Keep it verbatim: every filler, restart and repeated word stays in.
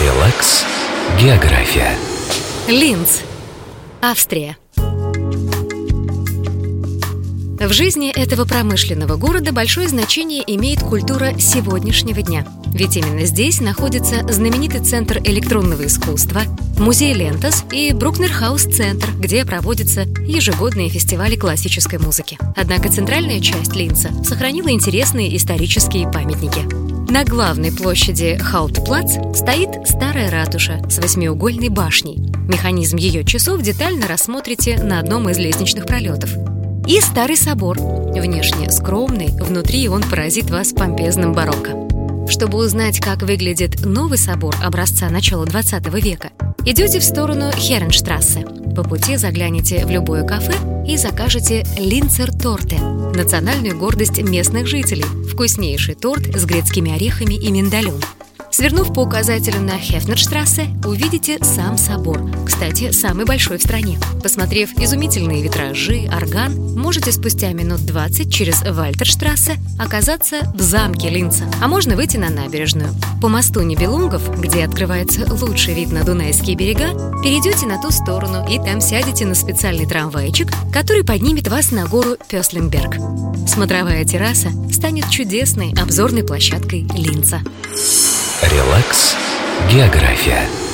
Релакс. География. Линц, Австрия. В жизни этого промышленного города большое значение имеет культура сегодняшнего дня. Ведь именно здесь находится знаменитый центр электронного искусства, музей Лентас и Брукнерхаус-центр, где проводятся ежегодные фестивали классической музыки. Однако центральная часть Линца сохранила интересные исторические памятники. На главной площади Хаупtplatz стоит старая ратуша с восьмиугольной башней. Механизм ее часов детально рассмотрите на одном из лестничных пролетов. И старый собор. Внешне скромный, внутри он поразит вас помпезным барокко. Чтобы узнать, как выглядит новый собор образца начала двадцатого века, идете в сторону Херенштрассе. По пути загляните в любое кафе и закажете линцер-торте – национальную гордость местных жителей, вкуснейший торт с грецкими орехами и миндалем. Свернув по указателю на Хефнерштрассе, увидите сам собор, кстати, самый большой в стране. Посмотрев изумительные витражи, орган, можете спустя минут двадцать через Вальтерштрассе оказаться в замке Линца, а можно выйти на набережную. По мосту Нибелунгов, где открывается лучший вид на Дунайские берега, перейдете на ту сторону и там сядете на специальный трамвайчик, который поднимет вас на гору Пёслингберг. Смотровая терраса станет чудесной обзорной площадкой Линца. Релакс. География.